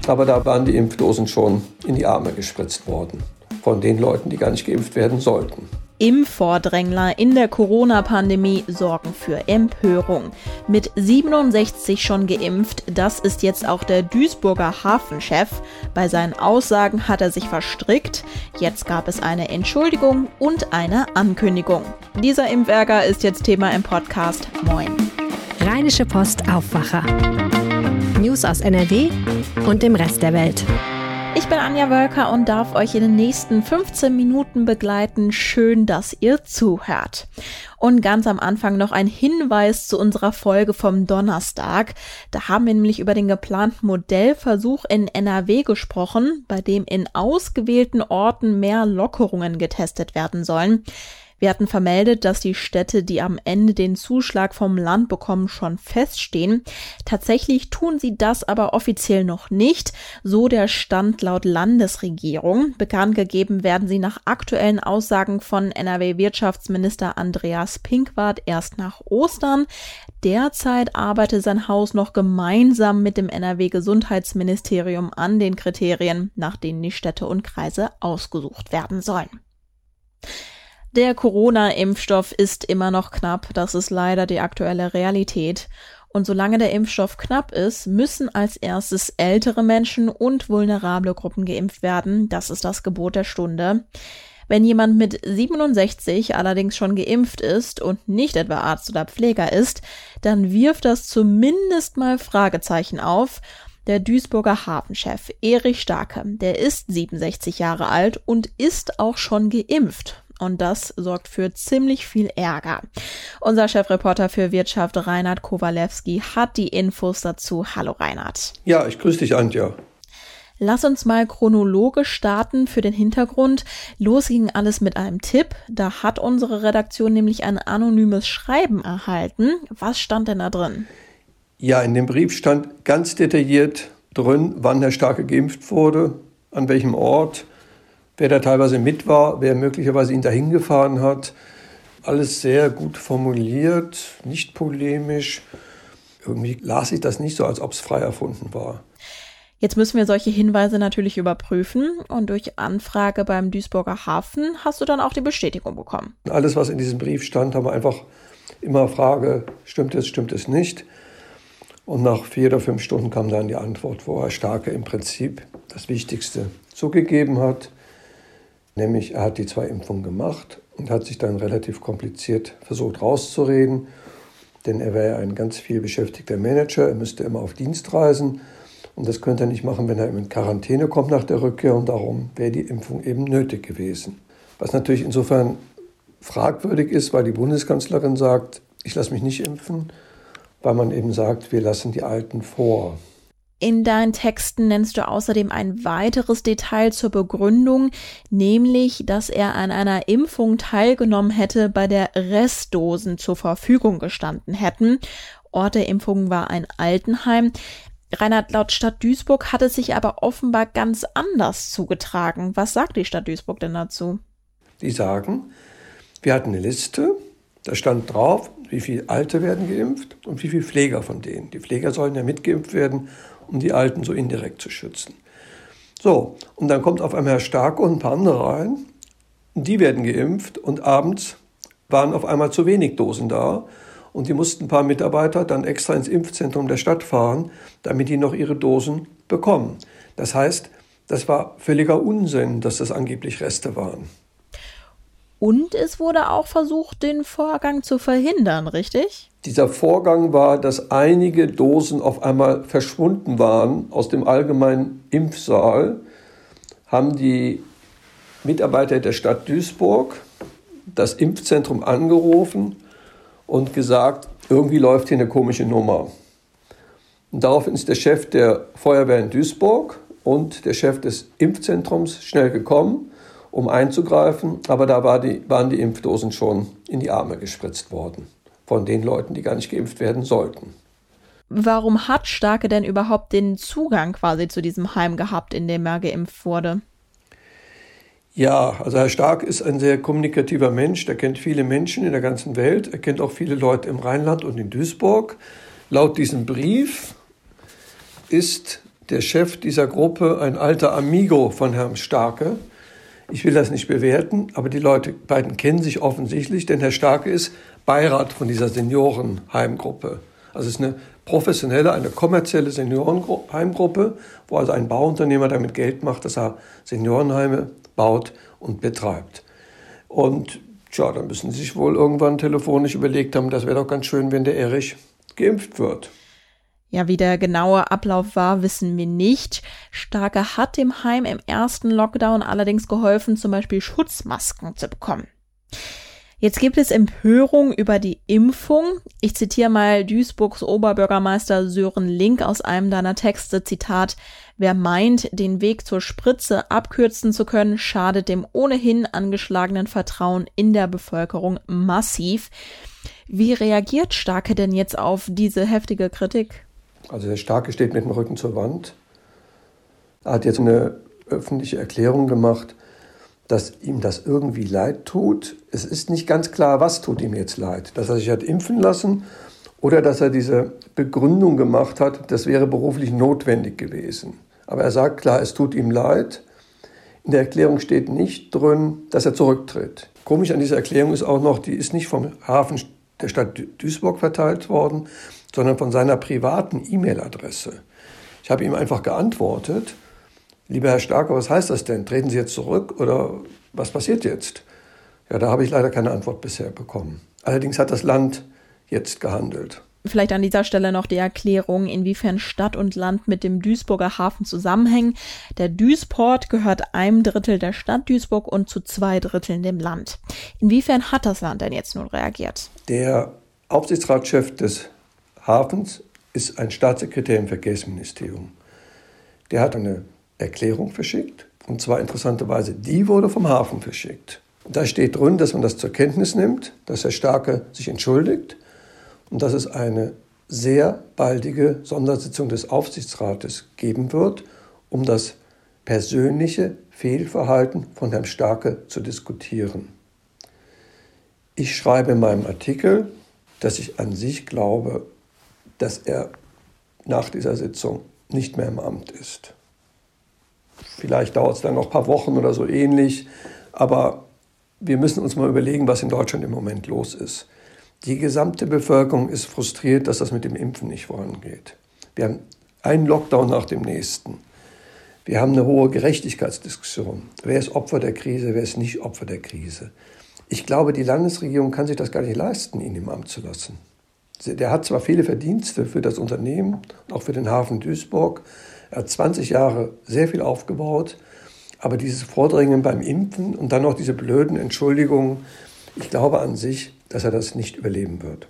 aber da waren die Impfdosen schon in die Arme gespritzt worden. Von den Leuten, die gar nicht geimpft werden sollten. Impfvordrängler in der Corona-Pandemie sorgen für Empörung. Mit 67 schon geimpft, das ist jetzt auch der Duisburger Hafenchef. Bei seinen Aussagen hat er sich verstrickt. Jetzt gab es eine Entschuldigung und eine Ankündigung. Dieser Impfärger ist jetzt Thema im Podcast. Moin. Rheinische Post Aufwacher. News aus NRW und dem Rest der Welt. Ich bin Anja Wölker und darf euch in den nächsten 15 Minuten begleiten. Schön, dass ihr zuhört. Und ganz am Anfang noch ein Hinweis zu unserer Folge vom Donnerstag. Da haben wir nämlich über den geplanten Modellversuch in NRW gesprochen, bei dem in ausgewählten Orten mehr Lockerungen getestet werden sollen. Wir hatten vermeldet, dass die Städte, die am Ende den Zuschlag vom Land bekommen, schon feststehen. Tatsächlich tun sie das aber offiziell noch nicht, so der Stand laut Landesregierung. Bekannt gegeben werden sie nach aktuellen Aussagen von NRW-Wirtschaftsminister Andreas Pinkwart erst nach Ostern. Derzeit arbeitet sein Haus noch gemeinsam mit dem NRW-Gesundheitsministerium an den Kriterien, nach denen die Städte und Kreise ausgesucht werden sollen. Der Corona-Impfstoff ist immer noch knapp, das ist leider die aktuelle Realität. Und solange der Impfstoff knapp ist, müssen als erstes ältere Menschen und vulnerable Gruppen geimpft werden. Das ist das Gebot der Stunde. Wenn jemand mit 67 allerdings schon geimpft ist und nicht etwa Arzt oder Pfleger ist, dann wirft das zumindest mal Fragezeichen auf. Der Duisburger Hafenchef Erich Starke, der ist 67 Jahre alt und ist auch schon geimpft. Und das sorgt für ziemlich viel Ärger. Unser Chefreporter für Wirtschaft Reinhard Kowalewski hat die Infos dazu. Hallo Reinhard. Ja, ich grüße dich, Anja. Lass uns mal chronologisch starten für den Hintergrund. Los ging alles mit einem Tipp. Da hat unsere Redaktion nämlich ein anonymes Schreiben erhalten. Was stand denn da drin? Ja, in dem Brief stand ganz detailliert drin, wann Herr Starke geimpft wurde, an welchem Ort, wer da teilweise mit war, wer möglicherweise ihn dahin gefahren hat. Alles sehr gut formuliert, nicht polemisch. Irgendwie las ich das nicht so, als ob es frei erfunden war. Jetzt müssen wir solche Hinweise natürlich überprüfen und durch Anfrage beim Duisburger Hafen hast du dann auch die Bestätigung bekommen. Alles, was in diesem Brief stand, haben wir einfach immer Frage, stimmt es nicht? Und nach 4 oder 5 Stunden kam dann die Antwort, wo Herr Starke im Prinzip das Wichtigste zugegeben hat. Nämlich, er hat die 2 Impfungen gemacht und hat sich dann relativ kompliziert versucht rauszureden. Denn er wäre ja ein ganz viel beschäftigter Manager, er müsste immer auf Dienstreisen. Und das könnte er nicht machen, wenn er in Quarantäne kommt nach der Rückkehr. Und darum wäre die Impfung eben nötig gewesen. Was natürlich insofern fragwürdig ist, weil die Bundeskanzlerin sagt, ich lasse mich nicht impfen, weil man eben sagt, wir lassen die Alten vor. In deinen Texten nennst du außerdem ein weiteres Detail zur Begründung, nämlich, dass er an einer Impfung teilgenommen hätte, bei der Restdosen zur Verfügung gestanden hätten. Ort der Impfung war ein Altenheim. Reinhard, laut Stadt Duisburg hat es sich aber offenbar ganz anders zugetragen. Was sagt die Stadt Duisburg denn dazu? Die sagen, wir hatten eine Liste, da stand drauf, wie viele Alte werden geimpft und wie viele Pfleger von denen. Die Pfleger sollen ja mitgeimpft werden, um die Alten so indirekt zu schützen. So, und dann kommt auf einmal Herr Starke und ein paar andere rein. Und die werden geimpft und abends waren auf einmal zu wenig Dosen da. Und die mussten ein paar Mitarbeiter dann extra ins Impfzentrum der Stadt fahren, damit die noch ihre Dosen bekommen. Das heißt, das war völliger Unsinn, dass das angeblich Reste waren. Und es wurde auch versucht, den Vorgang zu verhindern, richtig? Dieser Vorgang war, dass einige Dosen auf einmal verschwunden waren aus dem allgemeinen Impfsaal, haben die Mitarbeiter der Stadt Duisburg das Impfzentrum angerufen und gesagt, irgendwie läuft hier eine komische Nummer. Und daraufhin ist der Chef der Feuerwehr in Duisburg und der Chef des Impfzentrums schnell gekommen, um einzugreifen, aber da waren die Impfdosen schon in die Arme gespritzt worden. Von den Leuten, die gar nicht geimpft werden sollten. Warum hat Starke denn überhaupt den Zugang quasi zu diesem Heim gehabt, in dem er geimpft wurde? Ja, also Herr Stark ist ein sehr kommunikativer Mensch. Der kennt viele Menschen in der ganzen Welt. Er kennt auch viele Leute im Rheinland und in Duisburg. Laut diesem Brief ist der Chef dieser Gruppe ein alter Amigo von Herrn Starke. Ich will das nicht bewerten, aber die beiden kennen sich offensichtlich, denn Herr Starke ist Beirat von dieser Seniorenheimgruppe. Also es ist eine professionelle, eine kommerzielle Seniorenheimgruppe, wo also ein Bauunternehmer damit Geld macht, dass er Seniorenheime baut und betreibt. Und tja, da müssen sie sich wohl irgendwann telefonisch überlegt haben, das wäre doch ganz schön, wenn der Erich geimpft wird. Ja, wie der genaue Ablauf war, wissen wir nicht. Starke hat dem Heim im ersten Lockdown allerdings geholfen, zum Beispiel Schutzmasken zu bekommen. Jetzt gibt es Empörung über die Impfung. Ich zitiere mal Duisburgs Oberbürgermeister Sören Link aus einem deiner Texte, Zitat: Wer meint, den Weg zur Spritze abkürzen zu können, schadet dem ohnehin angeschlagenen Vertrauen in der Bevölkerung massiv. Wie reagiert Starke denn jetzt auf diese heftige Kritik? Also der Starke steht mit dem Rücken zur Wand. Er hat jetzt eine öffentliche Erklärung gemacht, dass ihm das irgendwie leid tut. Es ist nicht ganz klar, was tut ihm jetzt leid. Dass er sich hat impfen lassen oder dass er diese Begründung gemacht hat, das wäre beruflich notwendig gewesen. Aber er sagt klar, es tut ihm leid. In der Erklärung steht nicht drin, dass er zurücktritt. Komisch an dieser Erklärung ist auch noch, die ist nicht vom Hafen der Stadt Duisburg verteilt worden, sondern von seiner privaten E-Mail-Adresse. Ich habe ihm einfach geantwortet: Lieber Herr Starke, was heißt das denn? Treten Sie jetzt zurück oder was passiert jetzt? Ja, da habe ich leider keine Antwort bisher bekommen. Allerdings hat das Land jetzt gehandelt. Vielleicht an dieser Stelle noch die Erklärung, inwiefern Stadt und Land mit dem Duisburger Hafen zusammenhängen. Der Duisport gehört 1/3 der Stadt Duisburg und zu 2/3 dem Land. Inwiefern hat das Land denn jetzt nun reagiert? Der Aufsichtsratschef des Hafens ist ein Staatssekretär im Verkehrsministerium. Der hat eine Erklärung verschickt, und zwar interessanterweise, die wurde vom Hafen verschickt. Und da steht drin, dass man das zur Kenntnis nimmt, dass Herr Starke sich entschuldigt und dass es eine sehr baldige Sondersitzung des Aufsichtsrates geben wird, um das persönliche Fehlverhalten von Herrn Starke zu diskutieren. Ich schreibe in meinem Artikel, dass ich an sich glaube, dass er nach dieser Sitzung nicht mehr im Amt ist. Vielleicht dauert es dann noch ein paar Wochen oder so ähnlich, aber wir müssen uns mal überlegen, was in Deutschland im Moment los ist. Die gesamte Bevölkerung ist frustriert, dass das mit dem Impfen nicht vorangeht. Wir haben einen Lockdown nach dem nächsten. Wir haben eine hohe Gerechtigkeitsdiskussion. Wer ist Opfer der Krise, wer ist nicht Opfer der Krise? Ich glaube, die Landesregierung kann sich das gar nicht leisten, ihn im Amt zu lassen. Der hat zwar viele Verdienste für das Unternehmen und auch für den Hafen Duisburg. Er hat 20 Jahre sehr viel aufgebaut. Aber dieses Vordringen beim Impfen und dann noch diese blöden Entschuldigungen, ich glaube an sich, dass er das nicht überleben wird.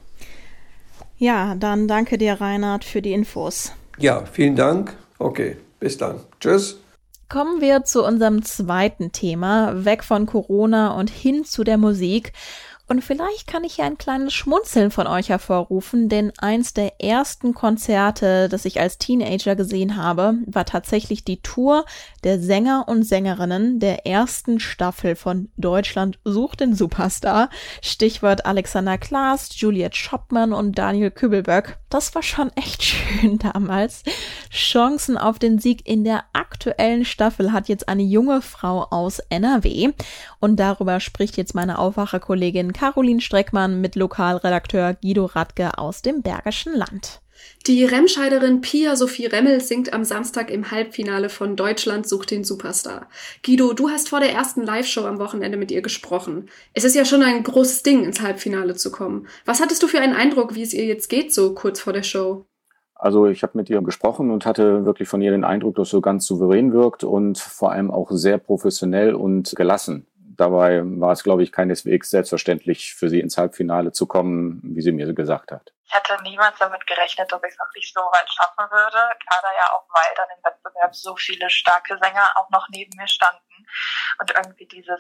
Ja, dann danke dir, Reinhard, für die Infos. Ja, vielen Dank. Okay, bis dann. Tschüss. Kommen wir zu unserem zweiten Thema, weg von Corona und hin zu der Musik. Und vielleicht kann ich hier ein kleines Schmunzeln von euch hervorrufen, denn eins der ersten Konzerte, das ich als Teenager gesehen habe, war tatsächlich die Tour der Sänger und Sängerinnen der ersten Staffel von Deutschland sucht den Superstar. Stichwort Alexander Klaas, Juliet Schoppmann und Daniel Kübelböck. Das war schon echt schön damals. Chancen auf den Sieg in der aktuellen Staffel hat jetzt eine junge Frau aus NRW. Und darüber spricht jetzt meine Aufwacherkollegin Caroline Streckmann mit Lokalredakteur Guido Radke aus dem Bergischen Land. Die Remscheiderin Pia Sophie Remmel singt am Samstag im Halbfinale von Deutschland sucht den Superstar. Guido, du hast vor der ersten Live-Show am Wochenende mit ihr gesprochen. Es ist ja schon ein großes Ding, ins Halbfinale zu kommen. Was hattest du für einen Eindruck, wie es ihr jetzt geht, so kurz vor der Show? Also ich habe mit ihr gesprochen und hatte wirklich von ihr den Eindruck, dass sie ganz souverän wirkt und vor allem auch sehr professionell und gelassen. Dabei war es, glaube ich, keineswegs selbstverständlich für sie ins Halbfinale zu kommen, wie sie mir gesagt hat. Ich hätte niemals damit gerechnet, dass ich es wirklich so weit schaffen würde. Gerade ja auch, weil dann im Wettbewerb so viele starke Sänger auch noch neben mir standen. Und irgendwie diese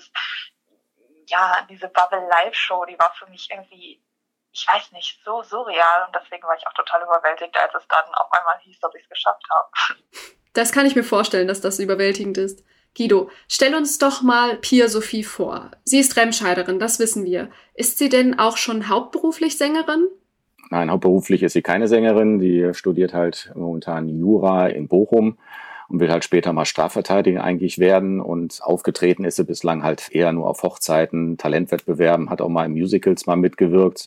Bubble-Live-Show, die war für mich irgendwie, ich weiß nicht, so surreal. Und deswegen war ich auch total überwältigt, als es dann auf einmal hieß, dass ich es geschafft habe. Das kann ich mir vorstellen, dass das überwältigend ist. Guido, stell uns doch mal Pia Sophie vor. Sie ist Remscheiderin, das wissen wir. Ist sie denn auch schon hauptberuflich Sängerin? Nein, hauptberuflich ist sie keine Sängerin. Die studiert halt momentan Jura in Bochum und will halt später mal Strafverteidiger eigentlich werden. Und aufgetreten ist sie bislang halt eher nur auf Hochzeiten, Talentwettbewerben, hat auch mal in Musicals mal mitgewirkt.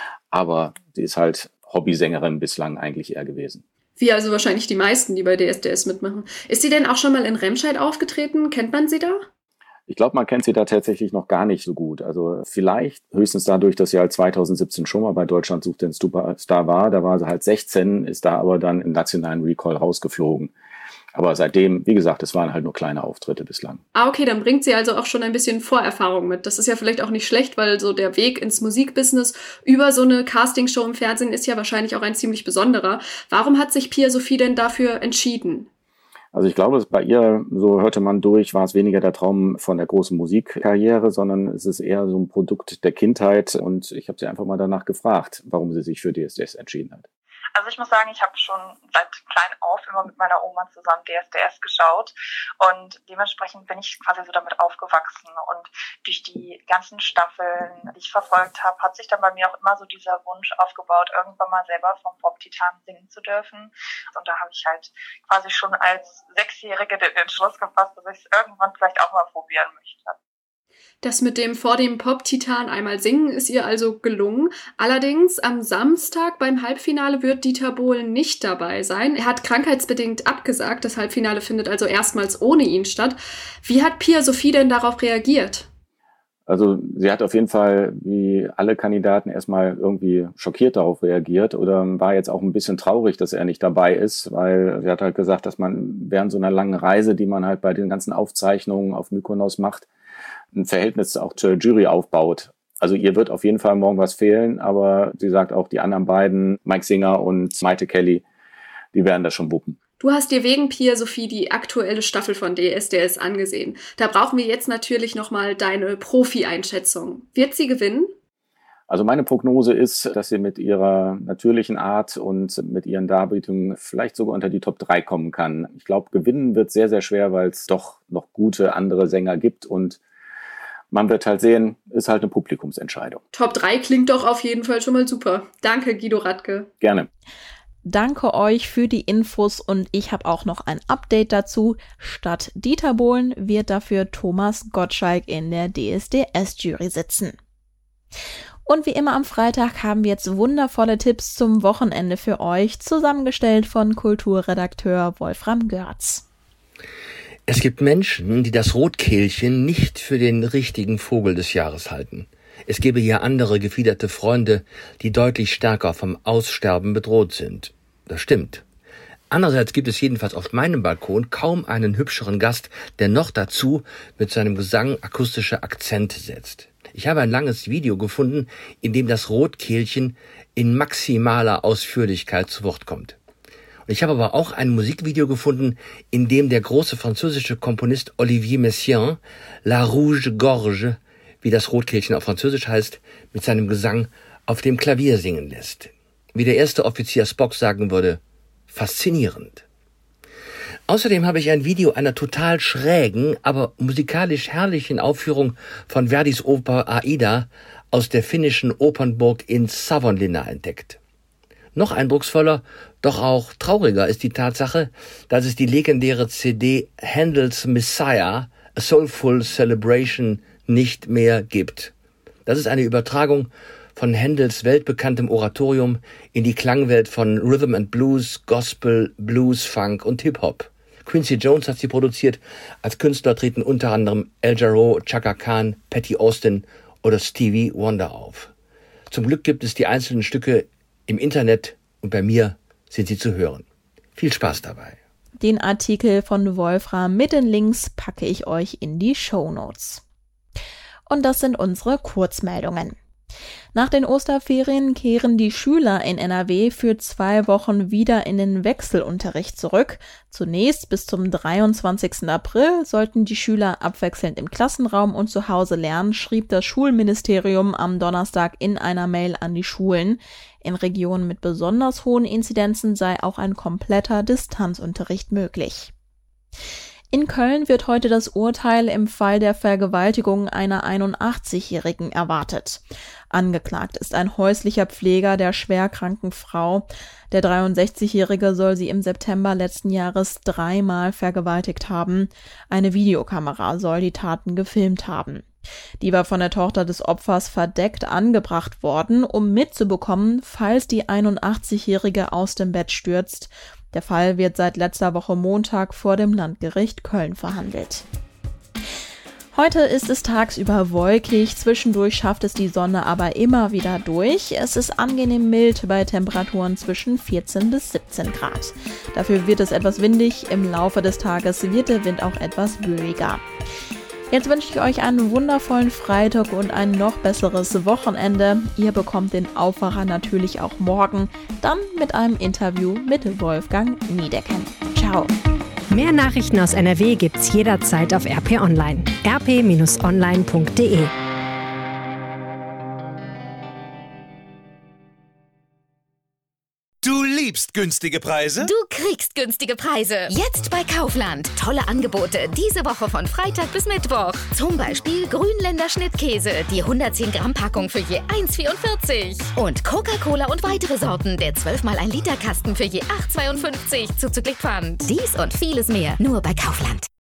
Aber sie ist halt Hobbysängerin bislang eigentlich eher gewesen. Wie also wahrscheinlich die meisten, die bei DSDS mitmachen. Ist sie denn auch schon mal in Remscheid aufgetreten? Kennt man sie da? Ich glaube, man kennt sie da tatsächlich noch gar nicht so gut. Also vielleicht höchstens dadurch, dass sie halt 2017 schon mal bei Deutschland sucht den Superstar war. Da war sie halt 16, ist da aber dann im nationalen Recall rausgeflogen. Aber seitdem, wie gesagt, es waren halt nur kleine Auftritte bislang. Okay, dann bringt sie also auch schon ein bisschen Vorerfahrung mit. Das ist ja vielleicht auch nicht schlecht, weil so der Weg ins Musikbusiness über so eine Castingshow im Fernsehen ist ja wahrscheinlich auch ein ziemlich besonderer. Warum hat sich Pia Sophie denn dafür entschieden? Also ich glaube, bei ihr, so hörte man durch, war es weniger der Traum von der großen Musikkarriere, sondern es ist eher so ein Produkt der Kindheit. Und ich habe sie einfach mal danach gefragt, warum sie sich für DSDS entschieden hat. Also ich muss sagen, ich habe schon seit klein auf immer mit meiner Oma zusammen DSDS geschaut und dementsprechend bin ich quasi so damit aufgewachsen und durch die ganzen Staffeln, die ich verfolgt habe, hat sich dann bei mir auch immer so dieser Wunsch aufgebaut, irgendwann mal selber vom Pop-Titan singen zu dürfen. Und da habe ich halt quasi schon als 6-Jährige den Entschluss gefasst, dass ich es irgendwann vielleicht auch mal probieren möchte. Das mit dem vor dem Pop-Titan einmal singen ist ihr also gelungen. Allerdings am Samstag beim Halbfinale wird Dieter Bohlen nicht dabei sein. Er hat krankheitsbedingt abgesagt. Das Halbfinale findet also erstmals ohne ihn statt. Wie hat Pia Sophie denn darauf reagiert? Also sie hat auf jeden Fall, wie alle Kandidaten, erstmal irgendwie schockiert darauf reagiert oder war jetzt auch ein bisschen traurig, dass er nicht dabei ist, weil sie hat halt gesagt, dass man während so einer langen Reise, die man halt bei den ganzen Aufzeichnungen auf Mykonos macht, ein Verhältnis auch zur Jury aufbaut. Also ihr wird auf jeden Fall morgen was fehlen, aber sie sagt auch, die anderen beiden, Mike Singer und Maite Kelly, die werden das schon wuppen. Du hast dir wegen Pia Sophie die aktuelle Staffel von DSDS angesehen. Da brauchen wir jetzt natürlich nochmal deine Profi-Einschätzung. Wird sie gewinnen? Also meine Prognose ist, dass sie mit ihrer natürlichen Art und mit ihren Darbietungen vielleicht sogar unter die Top 3 kommen kann. Ich glaube, gewinnen wird sehr, sehr schwer, weil es doch noch gute andere Sänger gibt und man wird halt sehen, ist halt eine Publikumsentscheidung. Top 3 klingt doch auf jeden Fall schon mal super. Danke, Guido Radke. Gerne. Danke euch für die Infos und ich habe auch noch ein Update dazu. Statt Dieter Bohlen wird dafür Thomas Gottschalk in der DSDS-Jury sitzen. Und wie immer am Freitag haben wir jetzt wundervolle Tipps zum Wochenende für euch, zusammengestellt von Kulturredakteur Wolfram Görz. Es gibt Menschen, die das Rotkehlchen nicht für den richtigen Vogel des Jahres halten. Es gäbe ja andere gefiederte Freunde, die deutlich stärker vom Aussterben bedroht sind. Das stimmt. Andererseits gibt es jedenfalls auf meinem Balkon kaum einen hübscheren Gast, der noch dazu mit seinem Gesang akustische Akzente setzt. Ich habe ein langes Video gefunden, in dem das Rotkehlchen in maximaler Ausführlichkeit zu Wort kommt. Ich habe aber auch ein Musikvideo gefunden, in dem der große französische Komponist Olivier Messiaen La Rouge Gorge, wie das Rotkehlchen auf Französisch heißt, mit seinem Gesang auf dem Klavier singen lässt. Wie der erste Offizier Spock sagen würde, faszinierend. Außerdem habe ich ein Video einer total schrägen, aber musikalisch herrlichen Aufführung von Verdis Oper Aida aus der finnischen Opernburg in Savonlinna entdeckt. Noch eindrucksvoller, doch auch trauriger ist die Tatsache, dass es die legendäre CD Handels Messiah, A Soulful Celebration, nicht mehr gibt. Das ist eine Übertragung von Händels weltbekanntem Oratorium in die Klangwelt von Rhythm and Blues, Gospel, Blues, Funk und Hip-Hop. Quincy Jones hat sie produziert. Als Künstler treten unter anderem El Jarreau, Chaka Khan, Patty Austin oder Stevie Wonder auf. Zum Glück gibt es die einzelnen Stücke im Internet und bei mir sind sie zu hören. Viel Spaß dabei. Den Artikel von Wolfram mit den Links packe ich euch in die Shownotes. Und das sind unsere Kurzmeldungen. Nach den Osterferien kehren die Schüler in NRW für 2 Wochen wieder in den Wechselunterricht zurück. Zunächst bis zum 23. April sollten die Schüler abwechselnd im Klassenraum und zu Hause lernen, schrieb das Schulministerium am Donnerstag in einer Mail an die Schulen. In Regionen mit besonders hohen Inzidenzen sei auch ein kompletter Distanzunterricht möglich. In Köln wird heute das Urteil im Fall der Vergewaltigung einer 81-Jährigen erwartet. Angeklagt ist ein häuslicher Pfleger der schwerkranken Frau. Der 63-Jährige soll sie im September letzten Jahres 3-mal vergewaltigt haben. Eine Videokamera soll die Taten gefilmt haben. Die war von der Tochter des Opfers verdeckt angebracht worden, um mitzubekommen, falls die 81-Jährige aus dem Bett stürzt. Der Fall wird seit letzter Woche Montag vor dem Landgericht Köln verhandelt. Heute ist es tagsüber wolkig, zwischendurch schafft es die Sonne aber immer wieder durch. Es ist angenehm mild bei Temperaturen zwischen 14 bis 17 Grad. Dafür wird es etwas windig, im Laufe des Tages wird der Wind auch etwas böiger. Jetzt wünsche ich euch einen wundervollen Freitag und ein noch besseres Wochenende. Ihr bekommt den Aufwacher natürlich auch morgen, dann mit einem Interview mit Wolfgang Niedecken. Ciao! Mehr Nachrichten aus NRW gibt's jederzeit auf RP Online. rp-online.de Du liebst günstige Preise? Du kriegst günstige Preise. Jetzt bei Kaufland. Tolle Angebote diese Woche von Freitag bis Mittwoch. Zum Beispiel Grünländer Schnittkäse, die 110 Gramm Packung für je 1,44. Und Coca-Cola und weitere Sorten, der 12x1 Liter Kasten für je 8,52 zuzüglich Pfand. Dies und vieles mehr nur bei Kaufland.